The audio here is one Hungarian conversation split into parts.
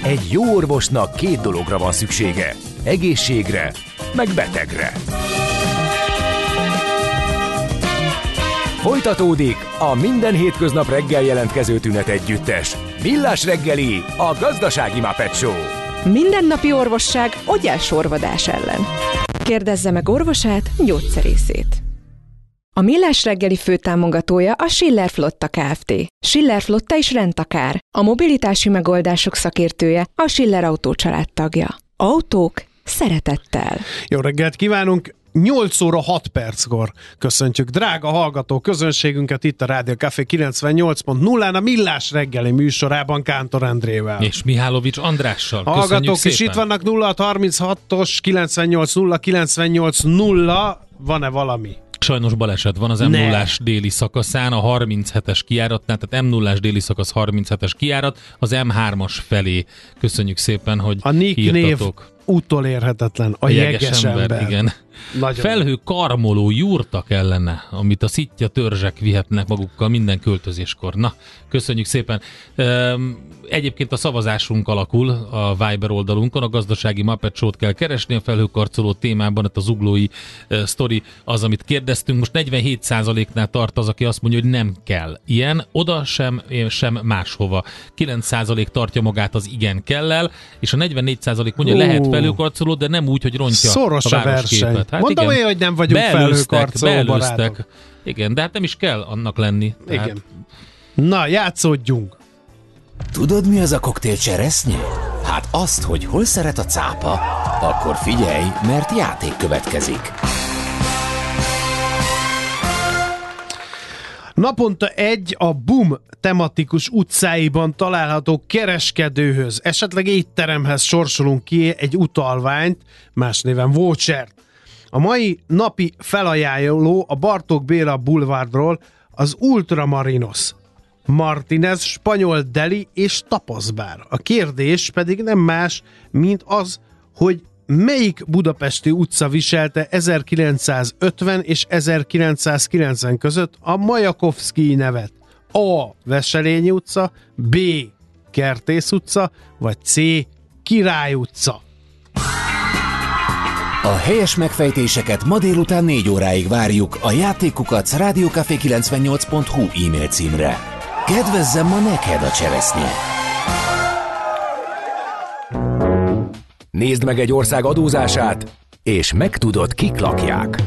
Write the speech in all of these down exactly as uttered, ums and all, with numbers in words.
Egy jó orvosnak két dologra van szüksége. Egészségre, meg betegre. Folytatódik a minden hétköznap reggel jelentkező tünet együttes. Millás reggeli, a gazdasági Muppet Show. Mindennapi orvosság ogyásorvadás ellen. Kérdezze meg orvosát, gyógyszerészét. A Millás reggeli főtámogatója a Schiller Flotta Kft. Schiller Flotta is rendtakár. A mobilitási megoldások szakértője, a Schiller Autó család tagja. Autók szeretettel. Jó reggelt kívánunk! nyolc óra hat perckor köszöntjük drága hallgató közönségünket itt a Rádió Café kilencvennyolc pont nullán a Millás reggeli műsorában Kántor Endrével. És Mihálovics Andrással. Hallgatók is itt vannak. Nulla hat harminchatos kilencvennyolc nulla kilencvennyolc nulla. Van-e valami? Sajnos baleset van az em nullás déli szakaszán, a harminchetes kijáratnál, tehát em nullás déli szakasz harminchetes kijárat, az em hármas felé. Köszönjük szépen, hogy a Nick írtatok. Név utolérhetetlen. A, a jeges, jeges ember. ember. Igen. Nagyon. Felhő karmoló jurtak ellene, amit a szitja törzsek vihetnek magukkal minden költözéskor. Na, köszönjük szépen. Egyébként a szavazásunk alakul a Viber oldalunkon, a gazdasági Muppet Show-t kell keresni, a felhőkarcoló témában, itt a zuglói uh, sztori az, amit kérdeztünk. Most negyvenhét százaléknál tart az, aki azt mondja, hogy nem kell ilyen, oda sem, sem máshova. kilenc százalék tartja magát az igen kellel, és a negyvennégy százalék mondja, uh, lehet felhőkarcoló, de nem úgy, hogy rontja szoros a városképet. Hát mondom én, hogy nem vagyunk felhőkarcoló barátok. Igen, de hát nem is kell annak lenni. Tehát... Igen. Na, játszódjunk! Tudod, mi az a koktél cseresznye? Hát azt, hogy hol szeret a cápa. Akkor figyelj, mert játék következik. Naponta egy a BUM tematikus utcáiban található kereskedőhöz, esetleg étteremhez sorsolunk ki egy utalványt, más néven vouchert. A mai napi felajánló a Bartók Béla Boulevardról az Ultramarinos, Martinez, Spanyol Deli és Tapaszbár. A kérdés pedig nem más, mint az, hogy melyik budapesti utca viselte ezerkilencszázötven és ezerkilencszázkilencven között a Majakovszkij nevet? A. Veselényi utca, B. Kertész utca, vagy C. Király utca? A helyes megfejtéseket ma délután négy óráig várjuk a játékukat rádiókafé kilencvennyolc pont hu e-mail címre. Kedvezzem ma neked a cseresznye! Nézd meg egy ország adózását, és megtudod, kik lakják.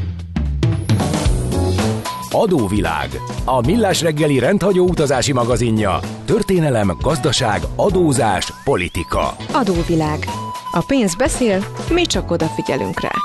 Adóvilág, a Millás reggeli rendhagyó utazási magazinja. Történelem, gazdaság, adózás, politika. Adóvilág. A pénz beszél, mi csak odafigyelünk rá.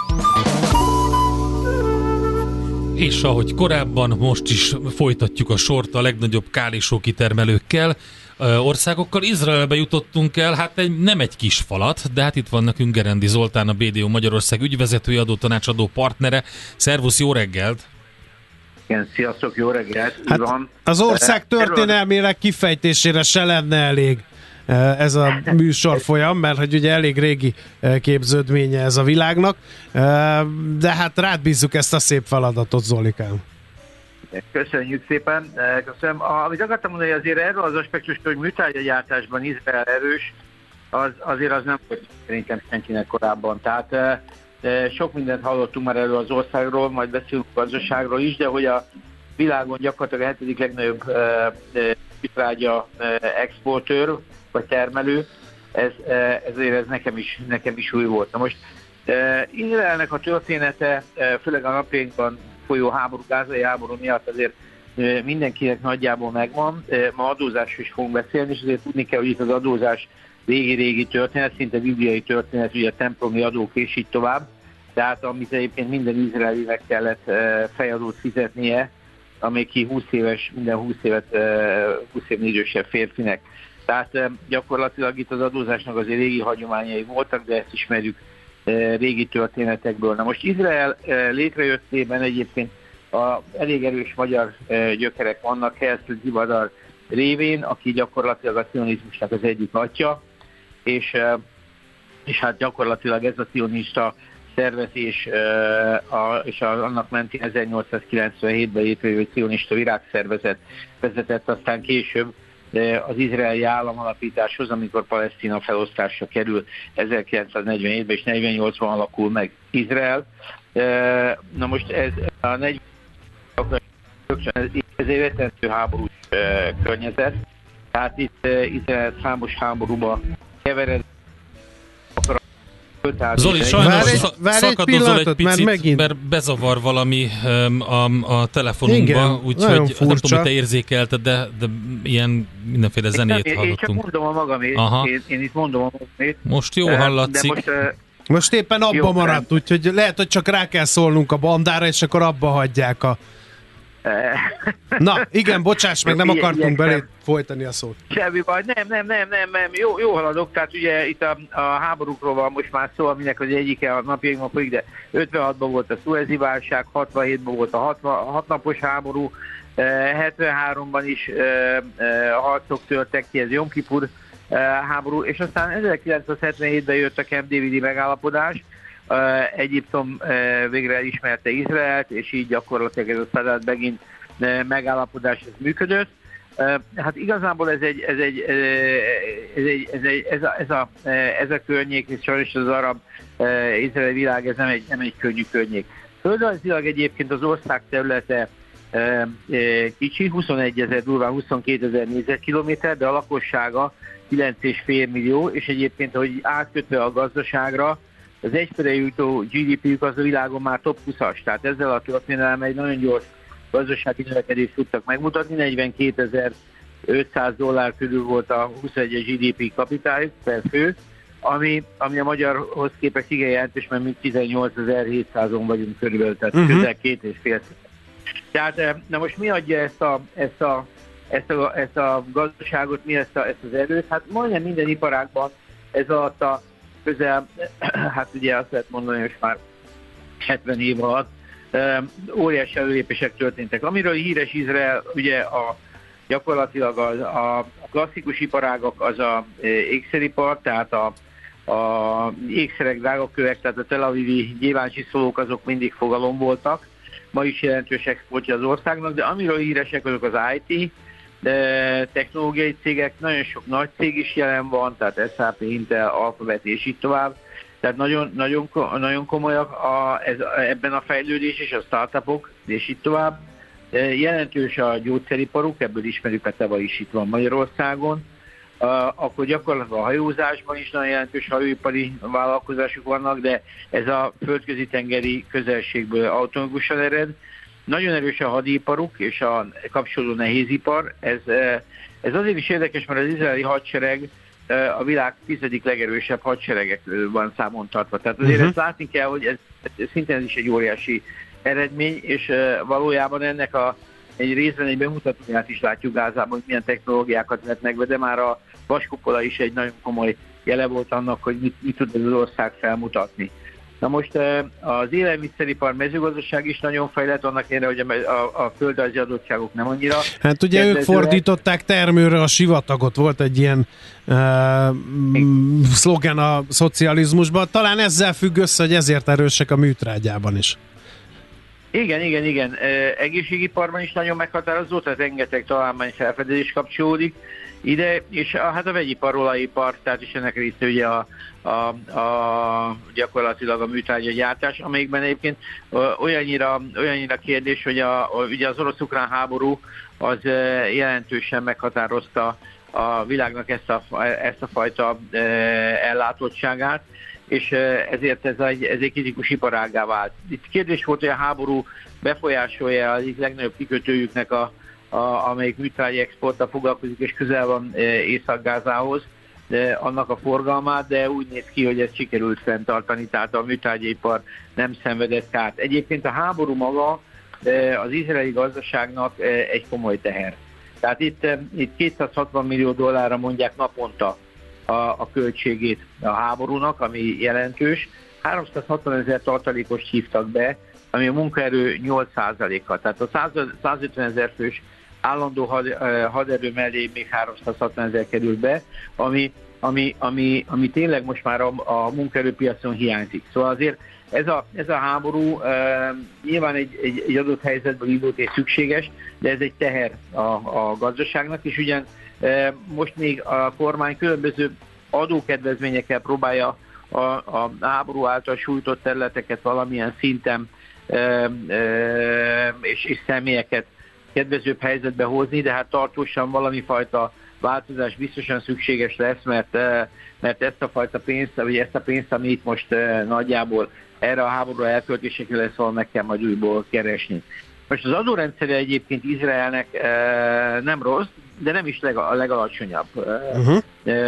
És ahogy korábban, most is folytatjuk a sort a legnagyobb kálésó kitermelőkkel, országokkal. Izraelbe jutottunk el, hát egy, nem egy kis falat, de hát itt van nekünk Gerendi Zoltán, a bé dé o Magyarország ügyvezetője, adótanácsadó partnere. Szervusz, jó reggelt! Igen, sziasztok, jó reggelt! Hát az ország történelmének kifejtésére se lenne elég ez a műsor folyam, mert hogy ugye elég régi képződménye ez a világnak, de hát rád bízzuk ezt a szép feladatot, Zolikám. Köszönjük szépen. Köszönöm. Amit akartam mondani, azért erről az aspektus, hogy műtárgyagyártásban Izrael erős, az, azért az nem volt szerintem senkinek korábban. Tehát sok mindent hallottunk már erről az országról, majd beszélünk a gazdaságról is, de hogy a világon gyakorlatilag a hetedik legnagyobb műtrágya exportőr, vagy termelő, ez, ezért ez nekem is, nekem is új volt. Na most Izraelnek a története, főleg a napjainkban folyó háború, gázai háború miatt azért mindenkinek nagyjából megvan. Ma adózásról is fogunk beszélni, és azért tudni kell, hogy itt az adózás régi-régi történet, szinte bibliai történet, ugye a templomi adók és így tovább. Tehát amit egyébként minden izraelinek kellett fejadót fizetnie, amely ki húsz éves, minden húsz évet, húsz évnél idősebb férfinek. Tehát gyakorlatilag itt az adózásnak azért régi hagyományai voltak, de ezt ismerjük régi történetekből. Na most Izrael létrejöttében egyébként a elég erős magyar gyökerek vannak, Herzl Zibadar révén, aki gyakorlatilag a cionizmusnak az egyik atya, és, és hát gyakorlatilag ez a cionista szervezés a, és a, annak mentén ezernyolcszázkilencvenhétben létrejövő cionista virágszervezet vezetett aztán később az izraeli államalapításhoz, amikor Palesztina felosztásra kerül ezerkilencszáznegyvenhétben és negyvennyolcban alakul meg Izrael. Na most ez a negyven ez egy rettentő háborús környezet, tehát itt Izrael számos háborúba kevered. Zoli, sajnos várj egy, várj szakadozol egy, egy picit, megint... mert bezavar valami um, a, a telefonunkba, úgyhogy nem tudom, te érzékelted, de, de ilyen mindenféle zenét én, hallottunk. Én csak mondom a magamét, én, én itt mondom a magamét. Most jó hallatszik. Most, uh, most éppen abba jó, maradt, úgyhogy lehet, hogy csak rá kell szólnunk a bandára, és akkor abba hagyják a... Na, igen, bocsáss meg, nem akartunk belé folytani a szót. Semmi baj, nem, nem, nem, nem, nem. Jó, jó haladok, tehát ugye itt a, a háborúkról van most már szó, aminek az egyike a napjainkban folyik, de ötvenhatban volt a Szuezi válság, hatvanhétben volt a hatnapos háború, hetvenháromban is harcok törtek ki, ez Jom Kipur háború, és aztán ezerkilencszázhetvenhétben jött a Camp Davidi megállapodás, Uh, Egyiptom uh, végre elismerte Izraelt, és így gyakorlatilag ez a Sadat Begin uh, megállapodás ez működött. Uh, hát igazából ez egy, ez egy, uh, ez, egy, ez, egy ez, a, ez, a, uh, ez a környék, és sajnos az arab uh, izraeli világ, ez nem egy, nem egy könnyű környék. Földrajzilag egyébként az ország területe uh, uh, kicsi, huszonegyezer, durván huszonkétezer négyzetkilométer, de a lakossága kilenc egész öt millió, és egyébként, hogy átkötve a gazdaságra, az egyfőre jutó gé dé pé-jük az a világon már top húszas, tehát ezzel a történelem egy nagyon gyors gazdasági növekedést tudtak megmutatni, negyvenkétezer-ötszáz dollár körül volt a huszonegyes gé dé pé kapitáljuk per fő, ami, ami a magyarhoz képest igen jelentős, mert mi tizennyolcezer-hétszázon vagyunk körülbelül, tehát uh-huh. közel két és fél. Tehát na most mi adja ezt a, ezt a, ezt a, ezt a gazdaságot, mi ezt, a, ezt az erőt? Hát majdnem minden iparágban ez alatt a közel, hát ugye azt lehet mondani, hogy már hetven év alatt óriási előlépések történtek. Amiről híres Izrael, ugye a, gyakorlatilag az, a klasszikus iparágak az a ékszeripar, tehát a, a ékszerek, drágakövek, tehát a tel avivi gyémáncsiszolók azok mindig fogalom voltak. Ma is jelentős exportja az országnak, de amiről híresek azok az i té, de technológiai cégek, nagyon sok nagy cég is jelen van, tehát es á pé, Intel, Alphabet és így tovább. Tehát nagyon, nagyon, nagyon komolyak a, ez, ebben a fejlődés és a startupok, és így tovább. De jelentős a gyógyszeriparuk, ebből ismerjük, a Teva is itt van Magyarországon. Uh, akkor gyakorlatilag a hajózásban is nagyon jelentős hajóipari vállalkozások vannak, de ez a földközi tengeri közelségből automatikusan ered. Nagyon erős a hadiparuk és a kapcsolódó nehézipar. Ez, ez azért is érdekes, mert az izraeli hadsereg a világ tizedik legerősebb hadseregek van számon tartva. Tehát azért uh-huh. ezt látni kell, hogy ez, ez szintén ez is egy óriási eredmény, és valójában ennek a, egy részben egy bemutatóját is látjuk Gázában, hogy milyen technológiákat vetnek be, de már a vaskupola is egy nagyon komoly jele volt annak, hogy mit, mit tud ez az ország felmutatni. Na most az élelmiszeripar, mezőgazdaság is nagyon fejlett, annak érde, hogy a, a, a földrajzi adottságok nem annyira. Hát ugye ők fordították termőre a sivatagot, volt egy ilyen uh, szlogen a szocializmusban. Talán ezzel függ össze, hogy ezért erősek a műtrágyában is. Igen, igen, igen. Egészségiparban is nagyon meghatározó, tehát rengeteg találmány felfedezés kapcsolódik ide, és a, hát a vegyipar, olajipar, tehát is ennek része ugye a, a, a gyakorlatilag a műtrágyagyártás, amelyikben egyébként olyannyira, olyannyira kérdés, hogy a, ugye az orosz-ukrán háború az jelentősen meghatározta a világnak ezt a, ezt a fajta ellátottságát, és ezért ez egy, ez egy kritikus iparággá vált. Itt kérdés volt, hogy a háború befolyásolja az legnagyobb kikötőjüknek, a, a, amelyik műtrágyi exporttal foglalkozik, és közel van Észak-Gázához, de annak a forgalmát, de úgy néz ki, hogy ezt sikerült fenntartani, tehát a műtrágyaipar nem szenvedett kárt. Egyébként a háború maga az izraeli gazdaságnak egy komoly teher. Tehát itt, itt kétszázhatvan millió dollárra mondják naponta a, a költségét a háborúnak, ami jelentős. háromszázhatvan ezer tartalékost hívtak be, ami a munkaerő nyolc százaléka. Tehát a százötven ezer fős állandó had, haderő mellé még háromszázhatvan ezer került be, ami, ami, ami, ami tényleg most már a, a munkaerőpiacon hiányzik. Szóval azért ez a, ez a háború e, nyilván egy, egy, egy adott helyzetből indult és szükséges, de ez egy teher a, a gazdaságnak, és ugyan e, most még a kormány különböző adókedvezményekkel próbálja a, a háború által sújtott területeket valamilyen szinten e, e, és, és személyeket kedvezőbb helyzetbe hozni, de hát tartósan valami fajta változás biztosan szükséges lesz, mert, mert ezt a fajta pénzt, vagy ezt a pénzt, ami itt most nagyjából erre a háborúra elköltésekre lesz, valahol meg kell majd újból keresni. Most az adórendszere egyébként Izraelnek nem rossz, de nem is a legalacsonyabb uh-huh.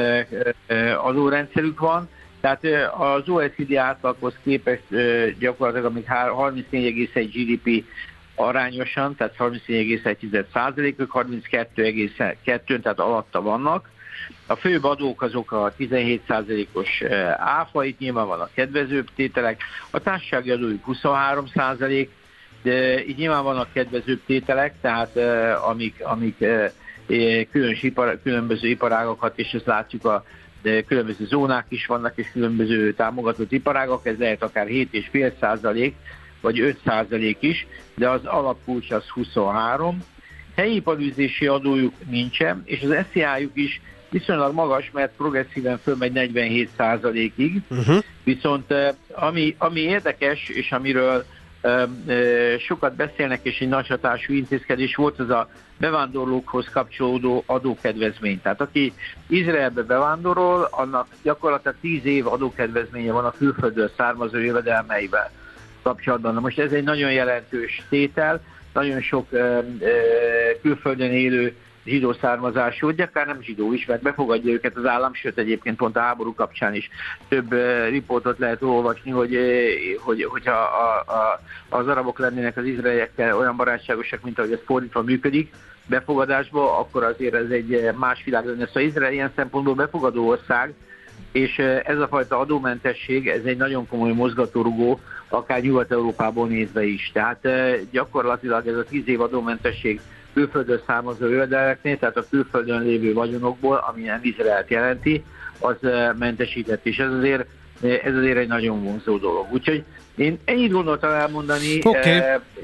adórendszerük van. Tehát az o e cé dé átlaghoz képest gyakorlatilag amíg harmincnégy egész egy gé dé pé arányosan, tehát harmincnégy egész egy százalékok, harminckettő egész kettő, tehát alatta vannak. A főbb adók azok a tizenhét százalékos áfa, itt nyilván vannak kedvezőbb tételek, a társasági adójuk huszonhárom százalék, de itt nyilván vannak kedvezőbb tételek, tehát amik, amik különös ipar, különböző iparágokat, és ezt látjuk, a de különböző zónák is vannak, és különböző támogatott iparágok, ez lehet akár hét egész öt százalék, vagy öt százalék is, de az alapkulcs az huszonhárom. Helyi iparűzési adójuk nincsen, és az es zé á-juk is viszonylag magas, mert progresszíven fölmegy negyvenhét százalékig. Uh-huh. Viszont ami, ami érdekes, és amiről um, sokat beszélnek, és egy nagy hatású intézkedés volt, az a bevándorlókhoz kapcsolódó adókedvezmény. Tehát aki Izraelbe bevándorol, annak gyakorlatilag tíz év adókedvezménye van a külföldről származó jövedelmeivel kapcsolatban. Na most ez egy nagyon jelentős tétel, nagyon sok ö, ö, külföldön élő zsidó származású, de akár nem zsidó is, mert befogadja őket az állam, sőt egyébként pont a háború kapcsán is több ö, riportot lehet olvasni, hogy, ö, hogy, hogyha a, a, az arabok lennének az izraeliekkel olyan barátságosak, mint ahogy ez fordítva működik befogadásba, akkor azért ez egy más világ lenne. Szóval Izrael ilyen szempontból befogadó ország, és ez a fajta adómentesség, ez egy nagyon komoly mozgatórugó, akár Nyugat-Európából nézve is. Tehát gyakorlatilag ez a tíz év adómentesség külföldön származó jövedelmeknél, tehát a külföldön lévő vagyonokból, ami nem Izraelt jelenti, az mentesített, és ez azért, ez azért egy nagyon vonzó dolog. Úgyhogy én ennyit gondoltam elmondani, okay.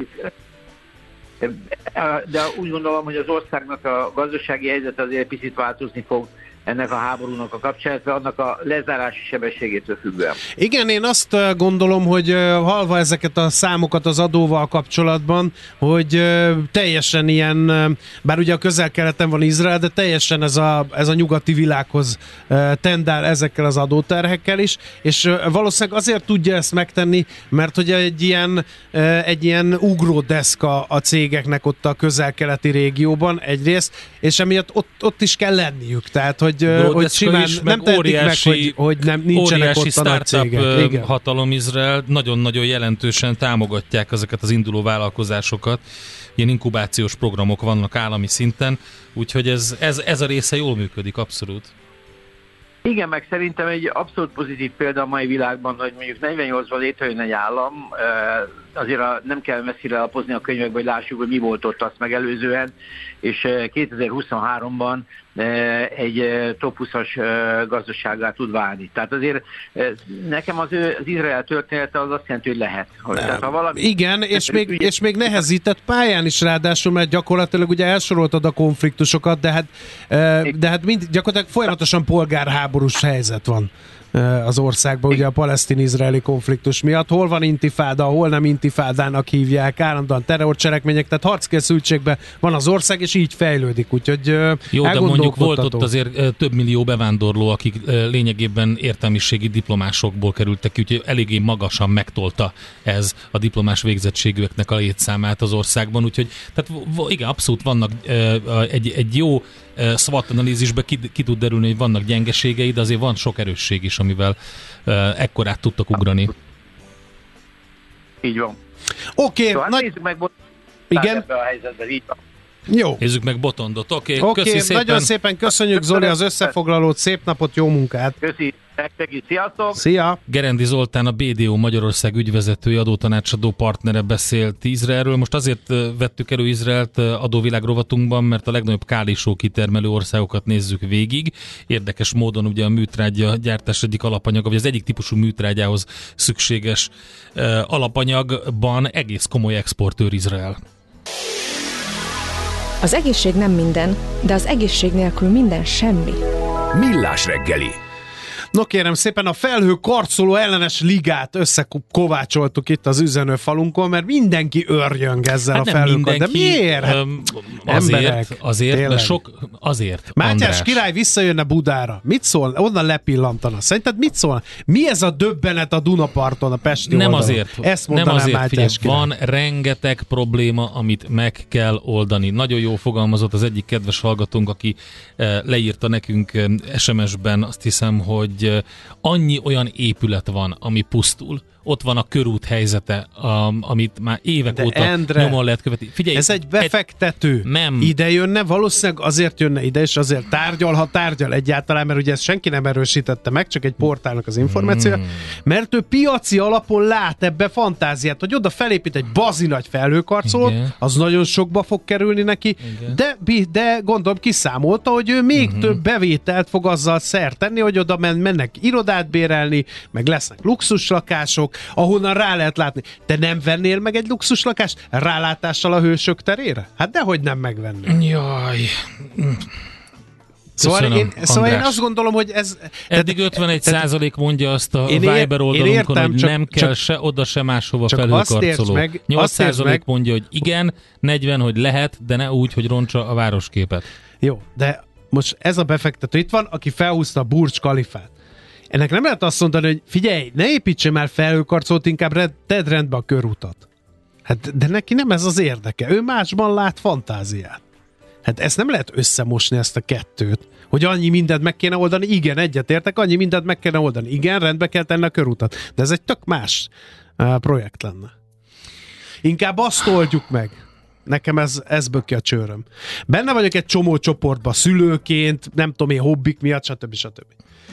De úgy gondolom, hogy az országnak a gazdasági helyzet azért picit változni fog ennek a háborúnak a kapcsolatban, annak a lezárási sebességétől függően. Igen, én azt gondolom, hogy hallva ezeket a számokat az adóval kapcsolatban, hogy teljesen ilyen, bár ugye a közel-keleten van Izrael, de teljesen ez a, ez a nyugati világhoz tendál ezekkel az adóterhekkel is, és valószínűleg azért tudja ezt megtenni, mert hogy egy ilyen, egy ilyen ugródeszka a cégeknek ott a közel-keleti régióban egyrészt, és emiatt ott, ott is kell lenniük, tehát hogy Hogy, hogy simán is, nem tehetik meg, hogy, hogy nem, nincsenek ott a nagy cégek. Igen. Hatalom Izrael nagyon-nagyon jelentősen támogatják ezeket az induló vállalkozásokat. Ilyen inkubációs programok vannak állami szinten, úgyhogy ez, ez, ez a része jól működik, abszolút. Igen, meg szerintem egy abszolút pozitív példa a mai világban, hogy mondjuk negyvennyolcban létrejön egy állam, azért nem kell messzire lapozni a könyvekbe, hogy lássuk, hogy mi volt ott azt megelőzően, és kétezer-huszonháromban egy top húszas gazdasággá tud válni. Tehát azért nekem az, ő, az Izrael története az azt jelenti, hogy lehet. Tehát, ha valami... Igen, és még, ügy... és még nehezített pályán is ráadásul, mert gyakorlatilag ugye elsoroltad a konfliktusokat, de hát, de hát mind, gyakorlatilag folyamatosan polgárháborús helyzet van az országban, ugye a palesztin-izraeli konfliktus miatt. Hol van intifáda, hol nem intifádának hívják, állandóan terrorcselekmények, tehát harckészültségben van az ország, és így fejlődik, úgyhogy jó, de mondjuk volt ott azért több millió bevándorló, akik lényegében értelmiségi diplomásokból kerültek ki, úgyhogy eléggé magasan megtolta ez a diplomás végzettségűeknek a létszámát az országban, úgyhogy tehát igen, abszolút vannak egy, egy jó SWOT analízisben ki, ki tud derülni, hogy vannak gyengeségei, de azért van sok erősség is, amivel uh, ekkorát tudtak ugrani. Így van. Oké. Okay, szóval nagy... nézzük meg, igen? Ebbe a helyzetben, így van. Jó. Nézzük meg Botondot. Oké, okay, okay, köszi szépen. Nagyon szépen köszönjük, Zoli, az összefoglalót. Szép napot, jó munkát. Köszi, nektek is. Sziasztok! Szia! Gerendi Zoltán, a bé dé o Magyarország ügyvezetői, adótanácsadó partnere beszélt Izraelről. Most azért vettük elő Izraelt adóvilág rovatunkban, mert a legnagyobb kálésó kitermelő országokat nézzük végig. Érdekes módon ugye a műtrágya gyártás egyik alapanyaga, vagy az egyik típusú műtrágyához szükséges uh, alapanyagban egész komoly exportőr Izrael. Az egészség nem minden, de az egészség nélkül minden semmi. Millás reggeli. No kérem szépen, a felhő karcoló ellenes ligát összekovácsoltuk itt az üzenőfalunkon, mert mindenki örjöng ezzel hát a felhőkön. De miért? Öm, azért, Emberek, azért, mert sok, azért, Mátyás András. király visszajönne Budára. Mit szól? Onnan lepillantana. Szerinted mit szól? Mi ez a döbbenet a Dunaparton, a Pesti Nem oldalon? azért, Ezt nem mondanám azért, Mátyás figyelj, király. van rengeteg probléma, amit meg kell oldani. Nagyon jó fogalmazott az egyik kedves hallgatónk, aki eh, leírta nekünk eh, es em es-ben, azt hiszem, hogy eh, annyi olyan épület van, ami pusztul. Ott van a körút helyzete, a, amit már évek De óta Endre, nyomon lehet követni. Figyelj, ez egy befektető. Egy, nem. Ide jönne, valószínűleg azért jönne ide, és azért tárgyal, ha tárgyal egyáltalán, mert ugye ezt senki nem erősítette meg, csak egy portálnak az információja, Hmm. mert ő piaci alapon lát ebbe fantáziát, hogy oda felépít egy bazi nagy felhőkarcolót, Igen. az nagyon sokba fog kerülni neki, Igen. de, de gondolom kiszámolta, hogy ő még Mhm. több bevételt fog azzal szert tenni, hogy oda men- mennek irodát bérelni, meg lesznek luxuslakások, ahonnan rá lehet látni. Te nem vennél meg egy luxuslakást rálátással a Hősök terére? Hát dehogy nem megvennél. Jaj. Szóval, Köszönöm, én, szóval én András. azt gondolom, hogy ez... Eddig ötvenegy százalék mondja azt a Én ér- Viber én oldalunkon, értem, hogy csak- nem kell csak- se oda, se máshova csak azt értsd felhőkarcoló. meg- nyolc azt értsd százalék meg- mondja, hogy igen, negyven, hogy lehet, de ne úgy, hogy roncsa a városképet. Jó, de most ez a befektető itt van, aki felhúzta a Burj Khalifát. Ennek nem lehet azt mondani, hogy figyelj, ne építse már felhőkarcolót, inkább red, tedd rendbe a körutat. Hát, de neki nem ez az érdeke. Ő másban lát fantáziát. Hát ezt nem lehet összemosni, ezt a kettőt, hogy annyi mindent meg kéne oldani. Igen, egyetértek, annyi mindent meg kéne oldani. Igen, rendbe kell tenni a körutat. De ez egy tök más uh, projekt lenne. Inkább azt oldjuk meg. Nekem ez, ez böki a csőröm. Benne vagyok egy csomó csoportban, szülőként, nem tudom én, hobbik miatt, stb. stb.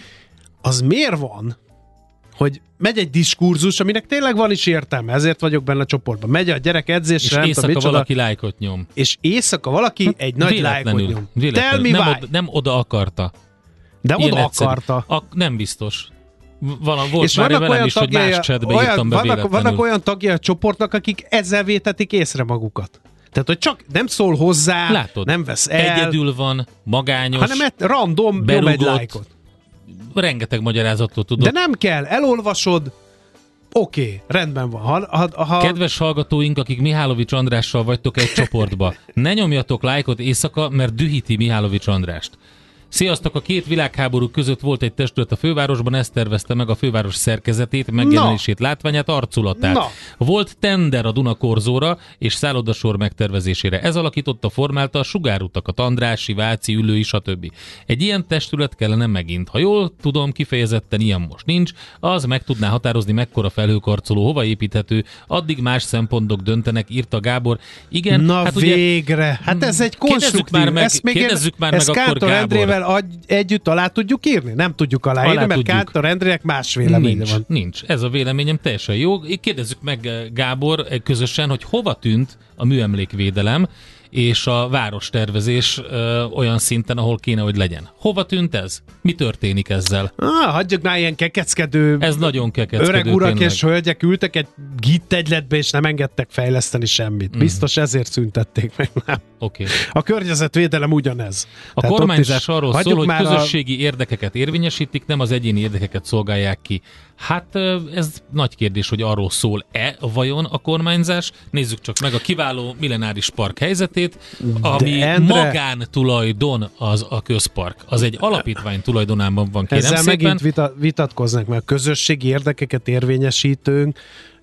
Az miért van, hogy megy egy diskurzus, aminek tényleg van is értelme, ezért vagyok benne a csoportban. Megy a gyerek És edzésre, nem tudom éjszaka micsoda, valaki lájkot nyom. és éjszaka valaki hát, egy nagy lájkot nyom. Tell véletlenül. me Nem, why. oda, nem oda akarta. De Ilyen oda egyszerű. akarta. A, nem biztos. Vala, volt És már vannak velem olyan, is, hogy tagjai, más chatbe olyan, írtam be vannak, véletlenül. vannak olyan tagjai a csoportnak, akik ezzel vétetik észre magukat. Tehát, hogy csak nem szól hozzá, Látod, nem vesz el, egyedül van, magányos, hanem egy random nyom egy berugott, lájkot. rengeteg magyarázatot tudod. De nem kell, elolvasod, oké, okay, rendben van. Ha, ha, ha... Kedves hallgatóink, akik Mihálovics Andrással vagytok egy csoportba, ne nyomjatok lájkot éjszaka, mert dühíti Mihálovics Andrást. Sziasztok! A két világháború között volt egy testület a fővárosban, ezt tervezte meg a főváros szerkezetét, megjelenését, látványát, arculatát. Na. Volt tender a Dunakorzóra és szállodasor megtervezésére. Ez alakította, formálta a sugárutakat, Andrássy, Váci, Üllői, stb. Egy ilyen testület kellene megint. Ha jól tudom, kifejezetten ilyen most nincs, az meg tudná határozni, mekkora felhőkarcoló, hova építhető, addig más szempontok döntenek, írta Gábor. Igen, Na hát ugye, végre! Hát ez egy Kérdezzük konstruktív. már meg, ezt még kérdezzük én, már ezt meg akkor, Kántor Gábor. Endrével agy- együtt alá tudjuk írni? Nem tudjuk aláírni, Alá mert tudjuk. Kántor Endrének más véleménye Nincs, van. nincs. Ez a véleményem teljesen jó. Kérdezzük meg, Gábor, közösen, hogy hova tűnt a műemlékvédelem és a várostervezés ö, olyan szinten, ahol kéne, hogy legyen. Hova tűnt ez? Mi történik ezzel? Ah, hagyjuk már ilyen kekeckedő Ez nagyon kekeckedő. öreg urak tényleg. és hölgyek ültek egy gittegyletbe, és nem engedtek fejleszteni semmit. Biztos ezért szüntették meg már. Okay. A környezetvédelem ugyanez. A Tehát kormányzás ott is arról hagyjuk szól, hogy már közösségi a... érdekeket érvényesítik, nem az egyéni érdekeket szolgálják ki. Hát ez nagy kérdés, hogy arról szól-e vajon a kormányzás. Nézzük csak meg a kiváló millenáris park helyzetét, ami Endre... magántulajdon az a közpark. Az egy alapítvány tulajdonában van, kérem Ezzel szépen. megint vita, vitatkoznak, mert a közösségi érdekeket érvényesítünk,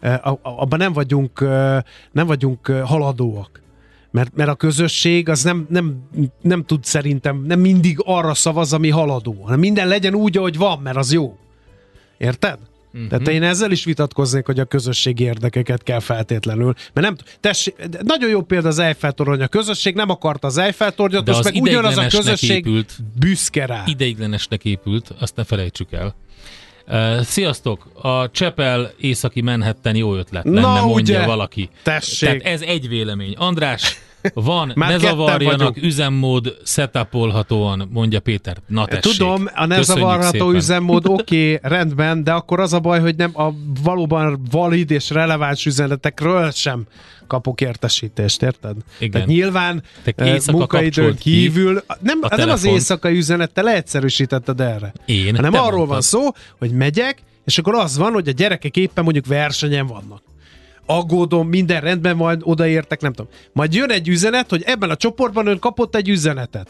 abban nem vagyunk, nem vagyunk haladóak. Mert, mert a közösség az nem, nem, nem tud szerintem, nem mindig arra szavaz, ami haladó, hanem minden legyen úgy, ahogy van, mert az jó. Érted? Uh-huh. Tehát én ezzel is vitatkoznék, hogy a közösségi érdekeket kell feltétlenül. Mert nem, tessék, nagyon jó példa az Eiffel-torony. A közösség nem akarta az Eiffel-tornyot, most meg ugyanaz a közösség épült, büszke rá. Ideiglenesnek épült, azt ne felejtsük el. Uh, sziasztok! A Csepel északi Manhattan jó ötlet lenne, Na, mondja ugye? valaki. Tessék. Tehát ez egy vélemény. András, van, ne zavarjanak, üzemmód setupolhatóan, mondja Péter. Na tessék. Tudom, a ne Köszönjük zavarható szépen. üzemmód oké, okay, rendben, de akkor az a baj, hogy nem a valóban valid és releváns üzenetekről sem kapok értesítést, érted? Igen. Tehát nyilván Te munkaidőn kívül, nem, a nem az éjszakai üzenet, te leegyszerűsítetted erre. Én? Hanem te arról mondtad. van szó, hogy megyek, és akkor az van, hogy a gyerekek éppen mondjuk versenyen vannak. Aggódom, minden rendben, majd odaértek, nem tudom. Majd jön egy üzenet, hogy ebben a csoportban ön kapott egy üzenetet.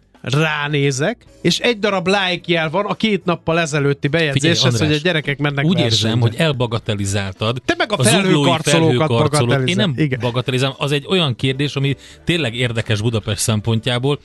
Ránézek, és egy darab like jel van a két nappal ezelőtti bejegyzéshez, hogy a gyerekek mennek úgy versenyre. érzem, hogy elbagatelizáltad. Te meg a zuglói felhőkarcolókat bagatelizálod. Én nem Igen. bagatelizálom, az egy olyan kérdés, ami tényleg érdekes Budapest szempontjából.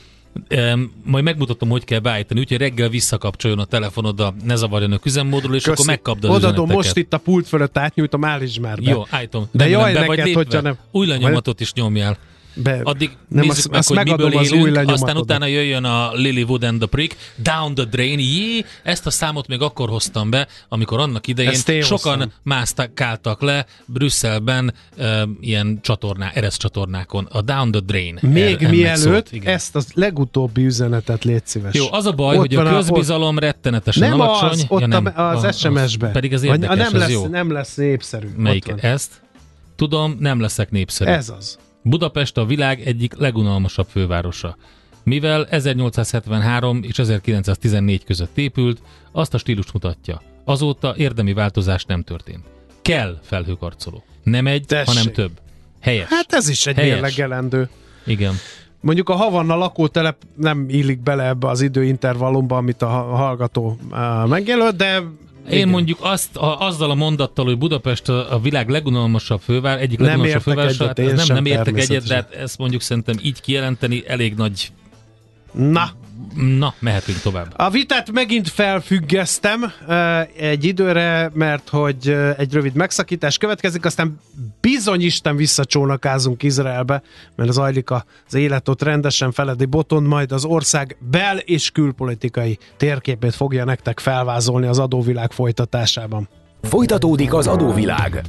Um, majd megmutatom, hogy kell beállítani, úgyhogy reggel visszakapcsoljon a telefonod a ne zavarjanak üzemmódról, és Köszi. akkor megkapd az Odadom, üzeneteket. most itt a pult fölött átnyújtom, állítsd már be. Jó, állítom. De Remélem, jaj be neked, vagy lépve. hogyha nem. Új lenyomatot is nyomjál. Be. Addig Nem, nézzük azt- meg, azt hogy miből megadom az új élünk, lenyomatodat. aztán utána jöjjön a Lilywood and the Prick, Down the Drain. Jé, ezt a számot még akkor hoztam be, amikor annak idején Ezt én sokan hoztam. mászkáltak le Brüsszelben e, ilyen csatorná, ereszcsatornákon. A Down the Drain. Még ennek mielőtt szólt, igen. ezt a legutóbbi üzenetet légy szíves. Jó, az a baj, Ott hogy a van közbizalom rettenetesen Nem alacsony. az, ott ja, nem, a, az a- es em es-be. Pedig az Vagy érdekes, nem az lesz, jó. nem lesz népszerű. Melyik? Ott van. Ezt? Tudom, nem leszek népszerű. Ez az. Budapest a világ egyik legunalmasabb fővárosa. Mivel ezernyolcszázhetvenhárom és ezerkilencszáztizennégy között épült, azt a stílust mutatja. Azóta érdemi változás nem történt. Kell felhőkarcoló. Nem egy, Tessék. hanem több. Helyes. Hát ez is egy Helyes. mérlegelendő. Igen. Mondjuk a Havanna lakótelep nem illik bele ebbe az időintervallumba, amit a ha- hallgató uh, megjelölt, de Én igen. mondjuk azt, a, azzal a mondattal, hogy Budapest a, a világ legunalmasabb fővár, egyik Nem legunalmasabb értek fővárosa, egyet, hát ez én nem, sem nem értek egyet, de természetesen. hát ezt mondjuk szerintem így kijelenteni elég nagy. Na, Na, mehetünk tovább. a vitát megint felfüggesztem uh, egy időre, mert hogy uh, egy rövid megszakítás következik, aztán bizony Isten visszacsónakázunk Izraelbe, mert zajlik az élet ott rendesen. Feledi Botond majd az ország bel- és külpolitikai térképét fogja nektek felvázolni az adóvilág folytatásában. Folytatódik az adóvilág.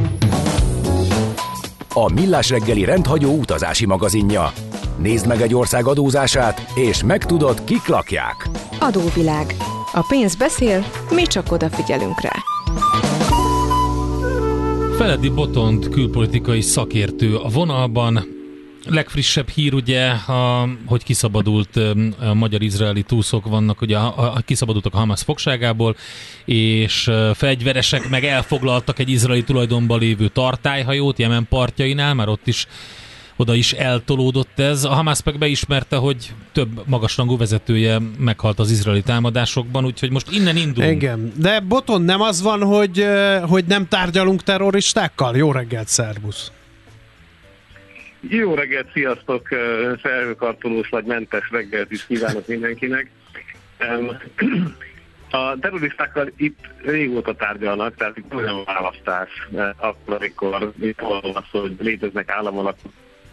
A Millás reggeli rendhagyó utazási magazinja. Nézd meg egy ország adózását, és megtudod, kik lakják. Adóvilág. A pénz beszél, mi csak odafigyelünk rá. Feledi Botond külpolitikai szakértő a vonalban. Legfrissebb hír ugye, a, hogy kiszabadult a magyar-izraeli túszok vannak, ugye a, a, kiszabadultak a Hamas fogságából, és fegyveresek meg elfoglaltak egy izraeli tulajdonban lévő tartályhajót Jemen partjainál, már ott is oda is eltolódott ez. A Hamas meg beismerte, hogy több magasrangú vezetője meghalt az izraeli támadásokban, úgyhogy most innen indulunk. Igen, de Botond nem az van, hogy, uh, hogy nem tárgyalunk terroristákkal? Jó reggelt, szervusz! Jó reggelt, sziasztok! Felhőkarcolós vagy mentes reggelt is kívánok mindenkinek. A terroristákkal itt régóta tárgyalnak, tehát itt olyan választás, akkor, amikor itt arról van szó, hogy léteznek államalakú.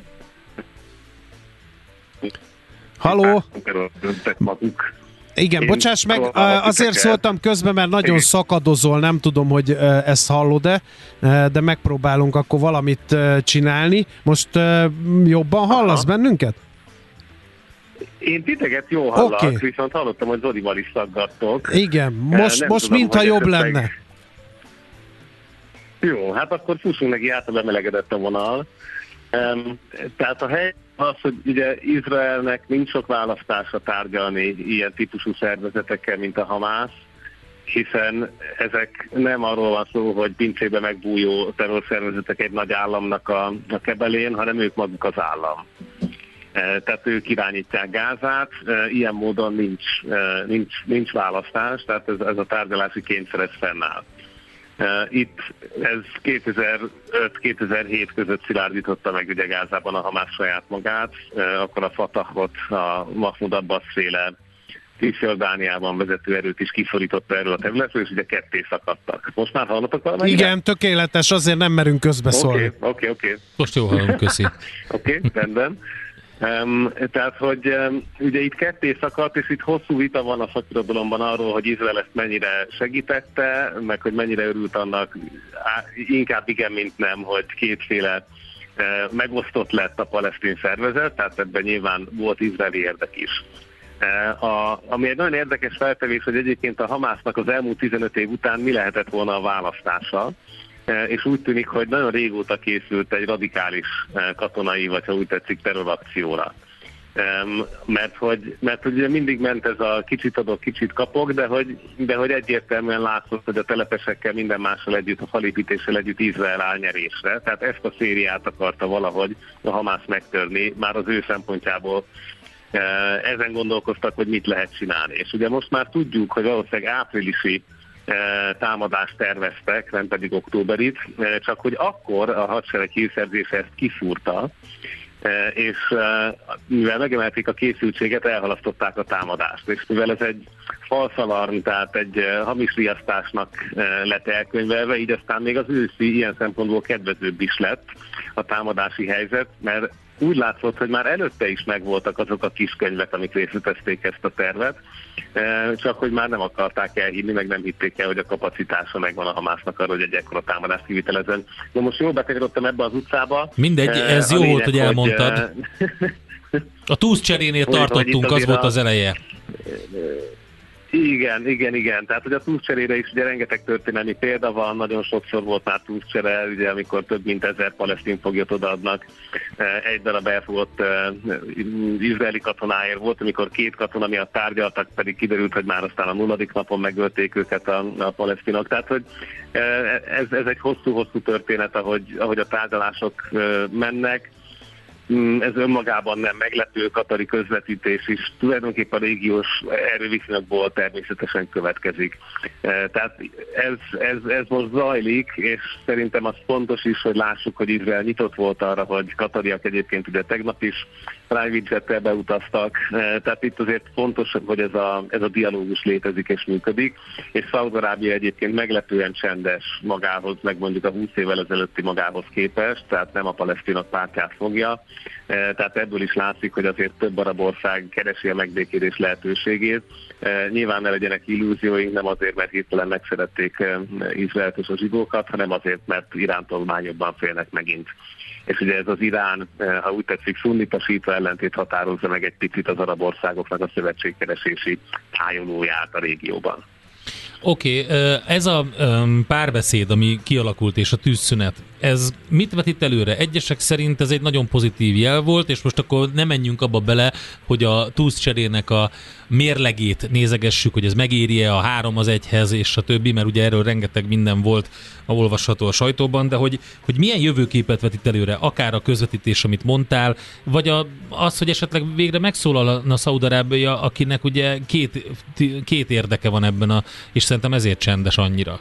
Halló? maguk. Igen, Én bocsáss meg, próbálok azért titeket. szóltam közben, mert nagyon Igen. szakadozol, nem tudom, hogy ezt hallod-e, de megpróbálunk akkor valamit csinálni. Most jobban hallasz Aha. bennünket? Én titeket jól hallak, Oké. viszont hallottam, hogy Zolival is szaggattok. Igen, most, Nem most tudom, mintha hogy jobb esetleg- lenne. Jó, hát akkor fussunk neki, át, bemelegedett a vonal. Um, tehát a hely az, hogy ugye Izraelnek nincs sok választása tárgyalni ilyen típusú szervezetekkel, mint a Hamász, hiszen ezek nem arról van szó, hogy pincébe megbújó terrorszervezetek egy nagy államnak a, a kebelén, hanem ők maguk az állam. E, tehát ők irányítják Gázát, e, ilyen módon nincs, e, nincs, nincs választás, tehát ez, ez a tárgyalási kényszer ez fennáll. Itt ez kétezer-öt-kétezer-hét között szilárdította meg ugye Gázában a Hamász saját magát, akkor a Fatahot, a Mahmoud Abbas féle Cisjordániában vezető erőt is kiszorította erről a területről, és ugye ketté szakadtak. Most már hallatok valamennyire? Igen, tökéletes, azért nem merünk közbeszólni. Oké, oké, oké. Most jó hallom, köszi. Oké, okay, rendben. Um, tehát, hogy um, ugye itt ketté szakadt, és itt hosszú vita van a szakirodalomban arról, hogy Izrael ezt mennyire segítette, meg hogy mennyire örült annak, á, inkább igen, mint nem, hogy kétféle uh, megosztott lett a palesztin szervezet, tehát ebben nyilván volt izraeli érdek is. Uh, a, ami egy nagyon érdekes feltevés, hogy egyébként a Hamásznak az elmúlt tizenöt év után mi lehetett volna a választása, és úgy tűnik, hogy nagyon régóta készült egy radikális katonai, vagy ha úgy tetszik, terrorakcióra. Mert hogy, mert hogy ugye mindig ment ez a kicsit adok, kicsit kapok, de hogy, de hogy egyértelműen látszott, hogy a telepesekkel minden mással együtt, a falépítéssel együtt Izrael áll nyerésre. Tehát ezt a szériát akarta valahogy a Hamász megtörni, már az ő szempontjából ezen gondolkoztak, hogy mit lehet csinálni. És ugye most már tudjuk, hogy valószínűleg áprilisi támadást terveztek, nem pedig októberit, csak hogy akkor a hadsereg hírszerzése ezt kiszúrta, és mivel megemelték a készültséget, elhalasztották a támadást. És mivel ez egy false alarm, tehát egy hamis riasztásnak lett elkönyvelve, így aztán még az őszi ilyen szempontból kedvezőbb is lett a támadási helyzet, mert úgy látszott, hogy már előtte is megvoltak azok a kiskönyvek, amik részletezték ezt a tervet, csak hogy már nem akarták elhinni, meg nem hitték el, hogy a kapacitása megvan a Hamásznak arra, hogy egy ekkora támadást kivitelezzen. Na most jól betegerodtam ebbe az utcába. Mindegy, ez a jó lényeg, volt, hogy elmondtad. Hogy... A túszcserénél tartottunk, az volt az eleje. Igen, igen, igen. Tehát, hogy a túszcserére is ugye rengeteg történelmi példa van, nagyon sokszor volt már túszcsere, ugye, amikor több mint ezer palesztin foglyot odaadnak egy darab elfogott izraeli katonáért. Volt, amikor két katona miatt tárgyaltak, pedig kiderült, hogy már aztán a nulladik napon megölték őket a, a palesztinok. Tehát, hogy ez, ez egy hosszú-hosszú történet, ahogy, ahogy a tárgyalások mennek. Ez önmagában nem meglepő, katari közvetítés is tulajdonképpen a régiós erőviszonyokból természetesen következik. Tehát ez, ez, ez most zajlik, és szerintem az fontos is, hogy lássuk, hogy Izrael nyitott volt arra, hogy katariak egyébként ugye tegnap is private jettel beutaztak, tehát itt azért fontos, hogy ez a, ez a dialógus létezik és működik, és Szaúd-Arábia egyébként meglepően csendes magához, meg mondjuk a húsz évvel ezelőtti magához képest, tehát nem a palesztinok pártját fogja. Tehát ebből is látszik, hogy azért több arab ország keresi a megbékélés lehetőségét. Nyilván ne legyenek illúzióink, nem azért, mert hirtelen megszerették Izraelt és a zsidókat, hanem azért, mert Irántól már jobban félnek megint. És ugye ez az Irán, ha úgy tetszik, szunnita síta ellentét határozza meg egy picit az arab országoknak a szövetségkeresési tájolóját a régióban. Oké, okay, ez a párbeszéd, ami kialakult, és a tűzszünet, ez mit vetít előre? Egyesek szerint ez egy nagyon pozitív jel volt, és most akkor nem menjünk abba bele, hogy a tűzcserének a mérlegét nézegessük, hogy ez megéri-e a három az egyhez, és a többi, mert ugye erről rengeteg minden volt olvasható a sajtóban, de hogy, hogy milyen jövőképet vetít előre, akár a közvetítés, amit mondtál, vagy a, az, hogy esetleg végre megszólalna Szaúd-Arábia, akinek ugye két, két érdeke van ebben, a, és szerintem ezért csendes annyira.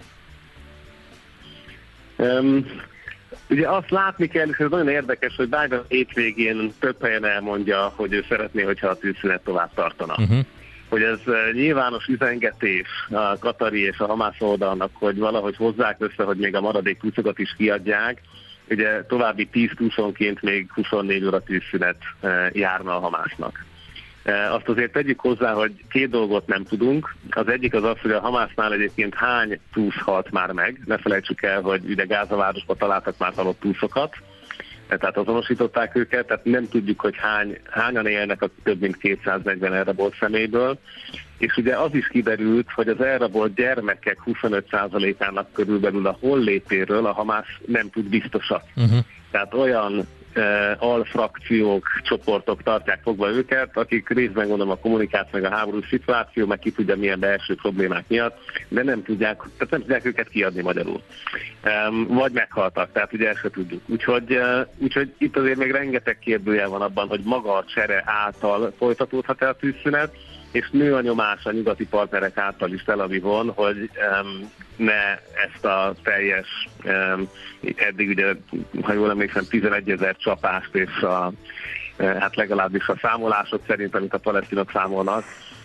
Um, ugye azt látni kell, és ez nagyon érdekes, hogy Biden hétvégén több helyen elmondja, hogy ő szeretné, hogyha a tűzszünet tovább tartana. Uh-huh. Hogy ez nyilvános üzengetés a katari és a Hamász oldalnak, hogy valahogy hozzák össze, hogy még a maradék túszokat is kiadják. Ugye további tíz túszonként még huszonnégy óra tűzszünet járna a Hamásznak. Azt azért tegyük hozzá, hogy két dolgot nem tudunk. Az egyik az az, hogy a Hamásznál egyébként hány túsz halt már meg. Ne felejtsük el, hogy ugye Gázavárosban találtak már halott túszokat, tehát azonosították őket, tehát nem tudjuk, hogy hány, hányan élnek a több mint kétszáznegyven elrabolt személyből. És ugye az is kiderült, hogy az elrabolt gyermekek huszonöt százalékának körülbelül a hollétéről a Hamász nem tud biztosat. Uh-huh. Tehát olyan alfrakciók, csoportok tartják fogva őket, akik részben gondolom a kommunikáció, meg a háborús szituáció, meg ki tudja milyen belső problémák miatt, de nem tudják, tehát nem tudják őket kiadni magyarul. Vagy meghaltak, tehát ugye ezt se tudjuk. Úgyhogy, úgyhogy itt azért még rengeteg kérdője van abban, hogy maga a csere által folytatódhat-e a tűzszünet, és nő a nyomás a nyugati partnerek által is Tel Avivon, hogy um, ne ezt a teljes, um, eddig ugye, ha jól emlékszem, tizenegyezer csapást, és a, hát legalábbis a számolások szerint, amit a palesztinok számolnak,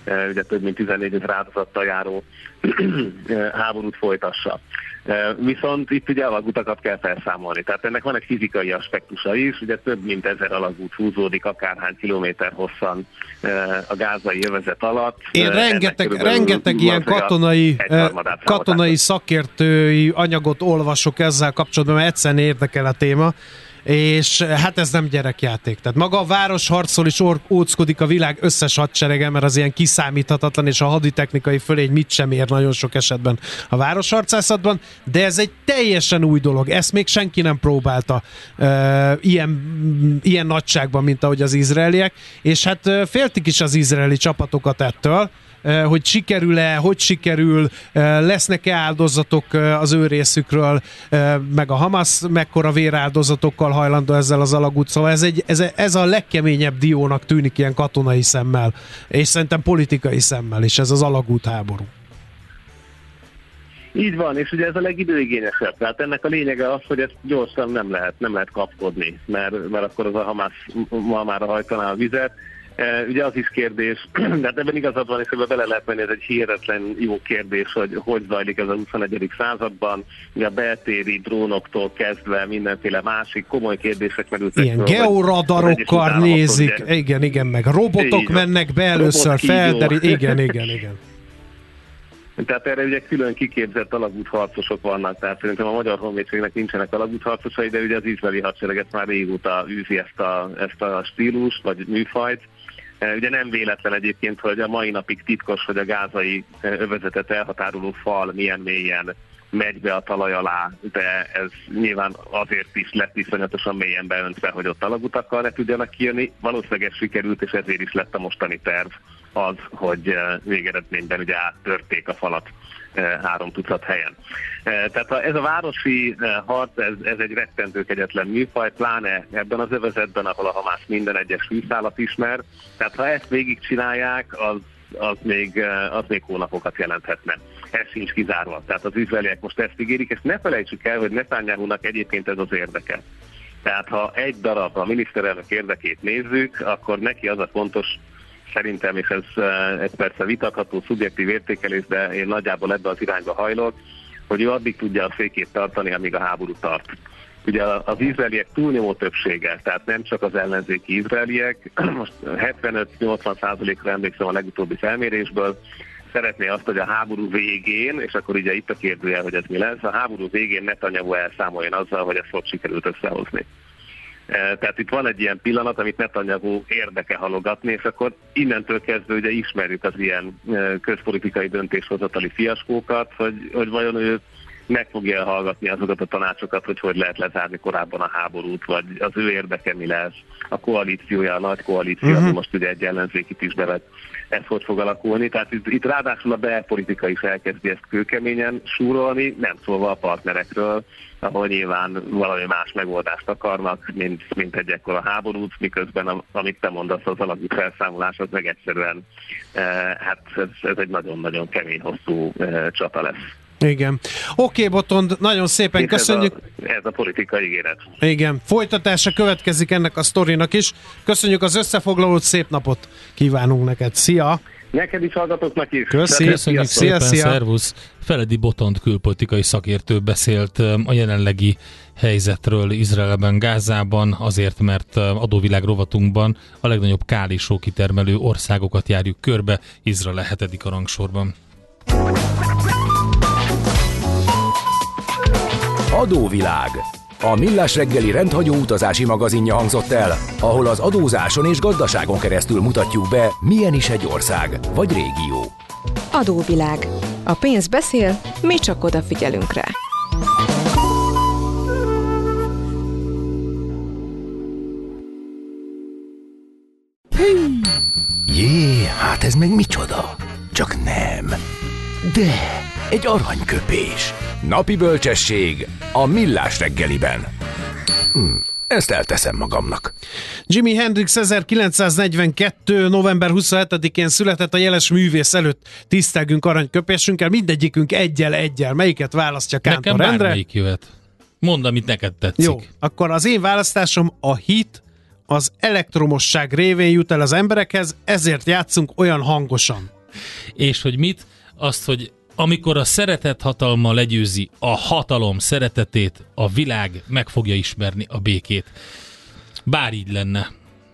ugye több mint tizennégy ezer áldozattal járó háborút folytassa. Viszont itt ugye alagutakat kell felszámolni, tehát ennek van egy fizikai aspektusa is, ugye több mint ezer alagút húzódik akárhány kilométer hosszan a gázai övezet alatt. Én rengeteg, rengeteg ilyen katonai, katonai szakértői anyagot olvasok ezzel kapcsolatban, mert egyszerűen érdekel a téma, és hát ez nem gyerekjáték. Tehát maga a városharcról is óckodik a világ összes hadserege, mert az ilyen kiszámíthatatlan, és a haditechnikai fölény mit sem ér nagyon sok esetben a városharcászatban, de ez egy teljesen új dolog. Ezt még senki nem próbálta uh, ilyen, ilyen nagyságban, mint ahogy az izraeliek, és hát uh, féltik is az izraeli csapatokat ettől, hogy sikerül-e, hogy sikerül, lesznek-e áldozatok az ő részükről, meg a Hamas mekkora véráldozatokkal hajlandó ezzel az alagút. Szóval ez, egy, ez, ez a legkeményebb diónak tűnik ilyen katonai szemmel, és szerintem politikai szemmel is, ez az alagút háború. Így van, és ugye ez a legidőigényesebb. Tehát ennek a lényege az, hogy ezt gyorsan nem lehet, nem lehet kapkodni, mert, mert akkor az a Hamas ma már hajtaná a vizet. Uh, ugye az is kérdés, de hát ebben igazad van, és ebben bele lehet menni, ez egy hihetetlen jó kérdés, hogy hogy zajlik ez a huszonegyedik században, ugye a beltéri drónoktól kezdve mindenféle másik komoly kérdések merültek. Ilyen georadarokkal nézik, ugye, igen, igen, meg robotok így, mennek be először felderi, igen, igen, igen. Tehát erre ugye külön kiképzett alagútharcosok vannak, tehát szerintem a Magyar Honvédségnek nincsenek alagútharcosai, de ugye az izraeli hadsereget már régóta űzi ezt a, ezt a stílust, vagy műfajt. Ugye nem véletlen egyébként, hogy a mai napig titkos, hogy a gázai övezetet elhatároló fal milyen mélyen megy be a talaj alá, de ez nyilván azért is lett iszonyatosan mélyen beöntve, hogy ott alagutakkal ne tudjanak kijönni. Valószínűleg ez sikerült, és ezért is lett a mostani terv az, hogy végeredményben ugye áttörték a falat három tucat helyen. Tehát ez a városi harc, ez, ez egy rettentő kegyetlen műfaj, pláne ebben az övezetben, ahol a Hamas minden egyes fűszálat ismer. Tehát ha ezt végigcsinálják, az, az, még, az még hónapokat jelenthetne. Ez sincs kizárva. Tehát az izraeliek most ezt ígérik, és ne felejtsük el, hogy Netanyahunak egyébként ez az érdeke. Tehát ha egy darab a miniszterelnök érdekét nézzük, akkor neki az a fontos, szerintem, és ez, ez persze vitatható, szubjektív értékelés, de én nagyjából ebbe az irányba hajlok, hogy ő addig tudja a székét tartani, amíg a háború tart. Ugye az izraeliek túlnyomó többsége, tehát nem csak az ellenzéki izraeliek, most hetvenöt-nyolcvan százalékra emlékszem a legutóbbi felmérésből, szeretné azt, hogy a háború végén, és akkor ugye itt a kérdője, hogy ez mi lesz, a háború végén Netanyahu elszámoljon azzal, hogy ezt hogy sikerült összehozni. Tehát itt van egy ilyen pillanat, amit Netanyahu érdeke halogatni, és akkor innentől kezdve ugye ismerjük az ilyen közpolitikai döntéshozatali fiaskókat, hogy, hogy vajon ő meg fogja hallgatni azokat a tanácsokat, hogy hogy lehet lezárni korábban a háborút, vagy az ő érdeke mi lesz, a koalíciója, a nagy koalíció, uh-huh. ami most ugye egy ellenzékit is bevet, ez hogy fog alakulni. Tehát itt, itt ráadásul a belpolitika is elkezdi ezt kőkeményen súrolni, nem szólva a partnerekről, ahol nyilván valami más megoldást akarnak, mint, mint egy ekkora háborút, miközben a, amit te mondasz, az alapú felszámolás, az meg egyszerűen, eh, hát ez, ez egy nagyon-nagyon kemény, hosszú eh, csata lesz. Igen. Oké, Botond, nagyon szépen és köszönjük. Ez a, ez a politikai ígéret. Igen. Folytatása következik ennek a sztorinak is. Köszönjük az összefoglalót, szép napot kívánunk neked. Szia! Neked is, hallgatóknak is. Köszi. Köszönjük szépen, szervusz. Feledi Botond külpolitikai szakértő beszélt a jelenlegi helyzetről Izraelben, Gázában, azért, mert adóvilág rovatunkban a legnagyobb kálisó kitermelő országokat járjuk körbe, Izrael a hetedik a rangsorban. Adóvilág. A Millás reggeli rendhagyó utazási magazinja hangzott el, ahol az adózáson és gazdaságon keresztül mutatjuk be, milyen is egy ország vagy régió. Adóvilág. A pénz beszél, mi csak odafigyelünk rá. Jé, hát ez meg micsoda? Csak nem. De egy aranyköpés. Napi bölcsesség a Millás reggeliben. Hm, ezt elteszem magamnak. Jimi Hendrix ezerkilencszáznegyvenkettő. november huszonhetedikén született, a jeles művész előtt tisztelgünk aranyköpésünkkel, mindegyikünk egyel-egyel. Melyiket választja Kántor Endre? Nekem bármelyik jöhet. Mondd, amit neked tetszik. Jó, akkor az én választásom a hit, az elektromosság révén jut el az emberekhez, ezért játszunk olyan hangosan. És hogy mit? Azt, hogy amikor a szeretet hatalma legyőzi a hatalom szeretetét, a világ meg fogja ismerni a békét. Bár így lenne.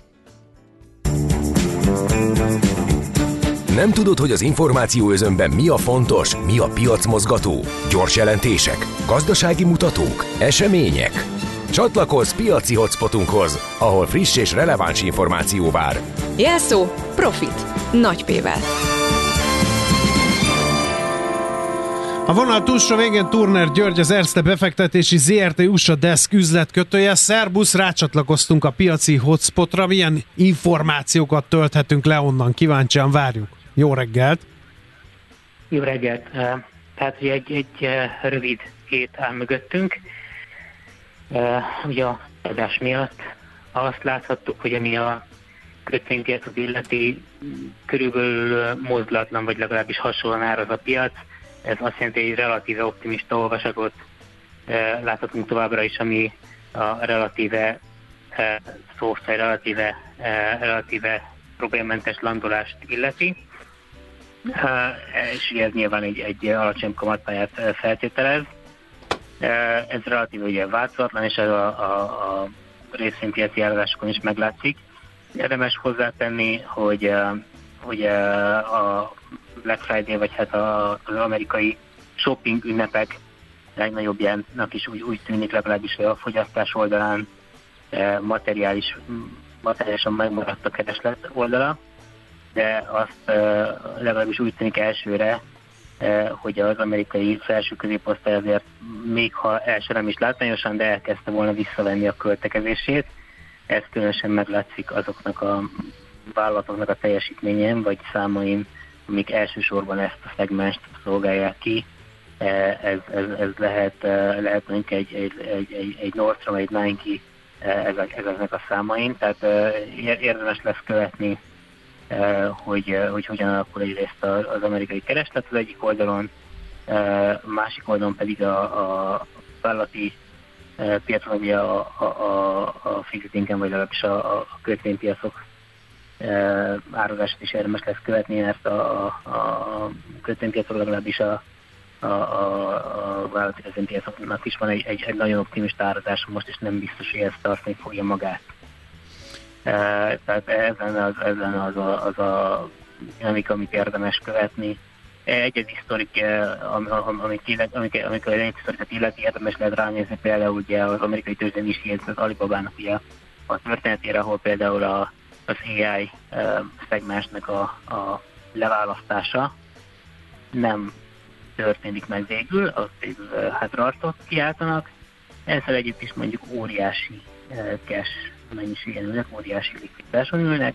Nem tudod, hogy az információ özönben mi a fontos, mi a piacmozgató? Gyors jelentések, gazdasági mutatók, események? Csatlakozz piaci hotspotunkhoz, ahol friss és releváns információ vár. Jelszó Profit. Nagy P-vel. A vonal túlsó végén Turner György, az Erste befektetési zé er té u es á Desk üzletkötője. Szerbusz, rácsatlakoztunk a piaci hotspotra. Milyen információkat tölthetünk le onnan? Kíváncsian várjuk. Jó reggelt! Jó reggelt! Tehát ugye egy, egy rövid hét áll mögöttünk. Ugye a adás miatt azt láthattuk, hogy ami a kötvénypiacot illeti, körülbelül mozdulatlan, vagy legalábbis hasonlóan áraz a piac. Ez azt jelenti, hogy relatíve optimista olvasatot láthatunk továbbra is, ami a relatíve szoftver, relatíve, relatíve problémmentes landolást illeti. És ugye ez nyilván egy, egy alacsony kamatpályát feltételez. Ez relatíve ugye változatlan, és ez a, a, a részvénypiaci árazásokon is meglátszik. Érdemes hozzátenni, hogy, hogy a Black Friday, vagy hát az amerikai shopping ünnepek legnagyobbjának is úgy, úgy tűnik, legalábbis a fogyasztás oldalán materiális, materiálisan megmaradt a kereslet oldala, de azt legalábbis úgy tűnik elsőre, hogy az amerikai felső középosztály azért, még ha első nem is látványosan, de elkezdte volna visszavenni a költekezését. Ez különösen meglátszik azoknak a vállalatoknak a teljesítményén, vagy számain, amik elsősorban ezt a szegmenst szolgálják ki. Ez, ez, ez lehet, lehet mondjuk egy, egy, egy, egy, egy Nordstrom, egy Nike ezek, ezeknek a számain, tehát érdemes lesz követni, hogy, hogy hogyan alakul egyrészt az amerikai kereslet az egyik oldalon, másik oldalon pedig a, a vállalati piacon, ugye a, a, a, a fixed income, vagy legalábbis a, a kötvénypiacok árazását is érdemes lesz követni, mert a, a, a kötvénypiacok legalábbis a, a, a, a vállalati kötvénypiacoknak is van egy, egy, egy nagyon optimista árazás, most is nem biztos, hogy ezt tartani fogja magát. Tehát ez lenne az, ez lenne az a, az a dinamika, amit érdemes követni. Egy-egy sztorik, amikor egy sztorikat illeti, érdemes lehet ránézni például ugye az amerikai tőzsdén is jegyzett az Alibabának ugye a történetére, ahol például a, az á i szegmensnek a, a leválasztása nem történik meg végül, az végül hátraartot kiáltanak. Ezzel együtt is mondjuk óriási cash mennyiségen ülnek, óriási likviditáson ülnek.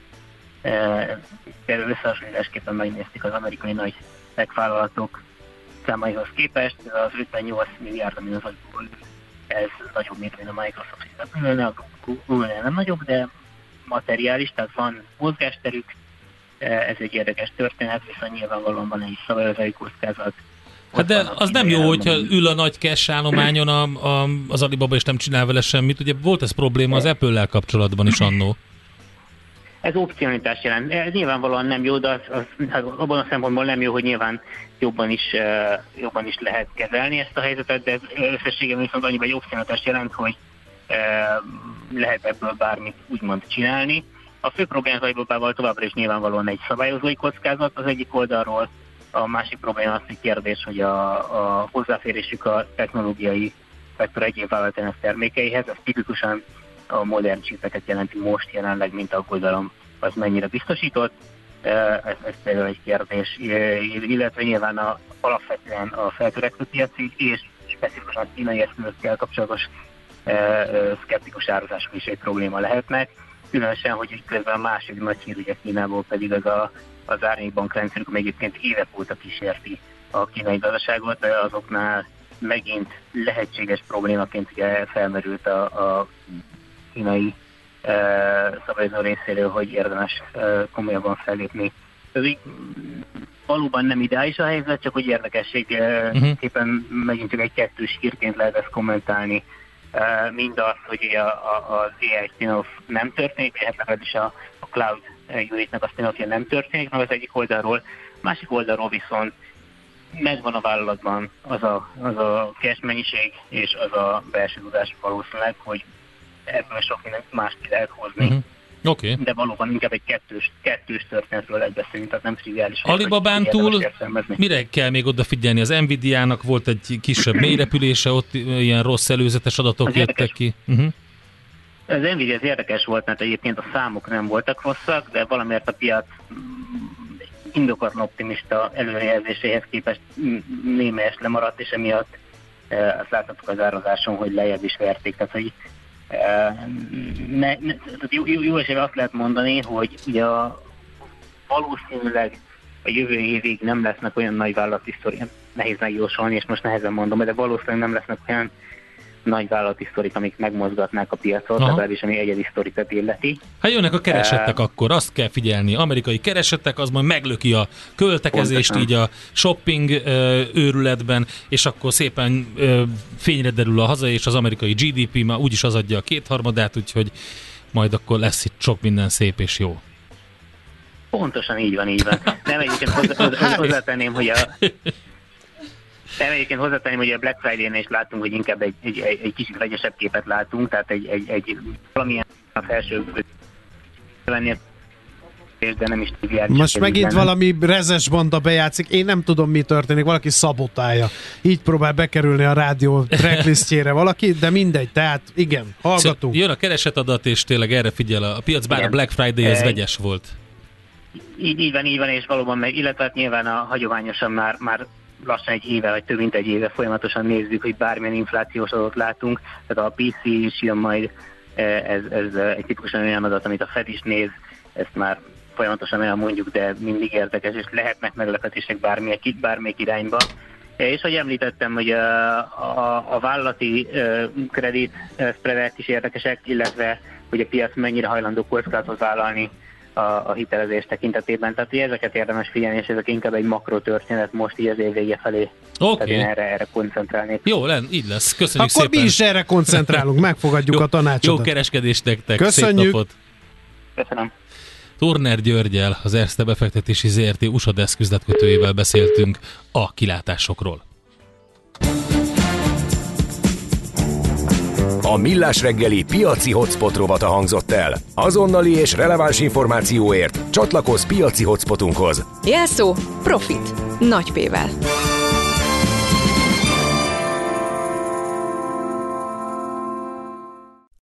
Például összehasonlításképpen megnézték az amerikai nagy tech-vállalatok számaihoz képest, az ötvennyolc milliárd, ami az agyból, ez nagyobb, mint a Microsoft ülne, a Google nem nagyobb, de materiális, tehát van mozgásterük, ez egy érdekes történet, viszont nyilvánvalóan van egy szabályozói kockázat. Hát de az nem jó, hogyha ül a nagy cash állományon a, a, az Alibaba és nem csinál vele semmit. Ugye volt ez probléma az Apple-lel kapcsolatban is annó. Ez opcionalitást jelent. Ez nyilvánvalóan nem jó, de az, az, hát abban a szempontból nem jó, hogy nyilván jobban is, uh, jobban is lehet kezelni ezt a helyzetet, de ez összességében viszont annyiban egy opcionalitást jelent, hogy uh, lehet ebből bármit úgymond csinálni. A fő probléma az Alibabával továbbra is nyilvánvalóan egy szabályozói kockázat az egyik oldalról, a másik probléma az, hogy kérdés, hogy a, a hozzáférésük a technológiai szektor egyéb vállalatának termékeihez, ez tipikusan a modern chipeket jelenti most jelenleg, mint aggodalom, az mennyire biztosított. Ez, ez például egy kérdés, illetve nyilván a, alapvetően a feltörekvő piaci és specifikusan a kínai eszközökkel kapcsolatos szkeptikus árazások is egy probléma lehetnek. Különösen, hogy közben a másik nagy hír ugye Kínából pedig az a, az árnyékbankrendszerük, ami egyébként évek óta kísérti a kínai gazdaságot, de azoknál megint lehetséges problémaként ugye felmerült a, a kínai e, szabályozó részéről, hogy érdemes e, komolyabban fellépni. Ez így valóban nem ideális a helyzet, csak hogy érdekességképpen uh-huh. megint csak egy kettős hírként lehet ezt kommentálni. mind az, hogy a, a, az á i spin-off nem történik, hát legalábbis a, a Cloud Unit-nek a spin-offja nem történik, meg az egyik oldalról. Másik oldalról viszont megvan a vállalatban az a, az a cash mennyiség és az a belső tudás valószínűleg, hogy ebből sok mindent mást ki lehet hozni. Uh-huh. Okay. De valóban inkább egy kettős, kettős történetről lehet beszélni, tehát nem triviális. Alibabán túl mire kell még odafigyelni? Az Nvidia-nak volt egy kisebb mélyrepülése, ott ilyen rossz előzetes adatok az jöttek érdekes. Ki. Uh-huh. Az Nvidia az érdekes volt, mert egyébként a számok nem voltak rosszak, de valamiért a piac indokatlan optimista előrejelzéséhez képest némelyes lemaradt, és emiatt e, azt láthattuk az árazáson, hogy lejjebb is verték. Tehát, hogy e, ne, ne, jó, jó, jó esetben azt lehet mondani, hogy ugye a, valószínűleg a jövő évig nem lesznek olyan nagy vállalati sztorik, nehéz megjósolni, és most nehezen mondom, de valószínűleg nem lesznek olyan nagy vállalati sztorik, amik megmozgatnák a piacot, legalábbis ami egyedi sztorikat illeti. Hát jönnek a keresettek uh, akkor, azt kell figyelni. Amerikai keresettek, az majd meglöki a költekezést pontosan. Így a shopping uh, őrületben, és akkor szépen uh, fényre derül a hazai, és az amerikai gé dé pé már úgyis az adja a kétharmadát, úgyhogy majd akkor lesz itt sok minden szép és jó. Pontosan így van, így van. Nem egyébként hozzá, hozzátenném, hogy a De egyébként hozzátenném, hogy a Black Friday-nél is látunk, hogy inkább egy, egy, egy, egy kicsit vegyesebb képet látunk, tehát egy, egy, egy valamilyen a felső lennél, de nem is triviális. Most megint lenne. Valami rezes banda bejátszik, én nem tudom, mi történik, valaki szabotálja. Így próbál bekerülni a rádió tracklistjére valaki, de mindegy, tehát igen, hallgatunk. Jön a keresetadat, és tényleg erre figyel a piac, bár igen. A Black Friday ez e- vegyes volt. Így, így van, így van, és valóban meg, illetve nyilván a hagyományosan már, már lassan egy éve, vagy több mint egy éve folyamatosan nézzük, hogy bármilyen inflációs adatot látunk, tehát a pé cé is jön majd, ez, ez egy tipikusan olyan adat, amit a Fed is néz, ezt már folyamatosan olyan mondjuk, de mindig érdekes, és lehetnek meglepetések bármelyik, bármelyik irányba. És hogy említettem, hogy a, a, a vállalati kredit spreadek is érdekesek, illetve hogy a piac mennyire hajlandó kockázatot vállalni a, a hitelezés tekintetében. Tehát ezeket érdemes figyelni, és ezek inkább egy makro történet most így az év vége felé. Okay. Tehát én erre, erre koncentrálnék. Jó, len, így lesz. Köszönjük Akkor szépen. mi is erre koncentrálunk, megfogadjuk jó, a tanácsodat. Jó kereskedést nektek. Köszönjük. Szép napot. Köszönöm. Turner Györgyel, az Erste befektetési zé er té u es á Desk üzletkötőjével beszéltünk a kilátásokról. A Millás reggeli piaci hotspot rovata hangzott el. Azonnali és releváns információért csatlakozz piaci hotspotunkhoz. Jelszó Profit. Nagy P-vel.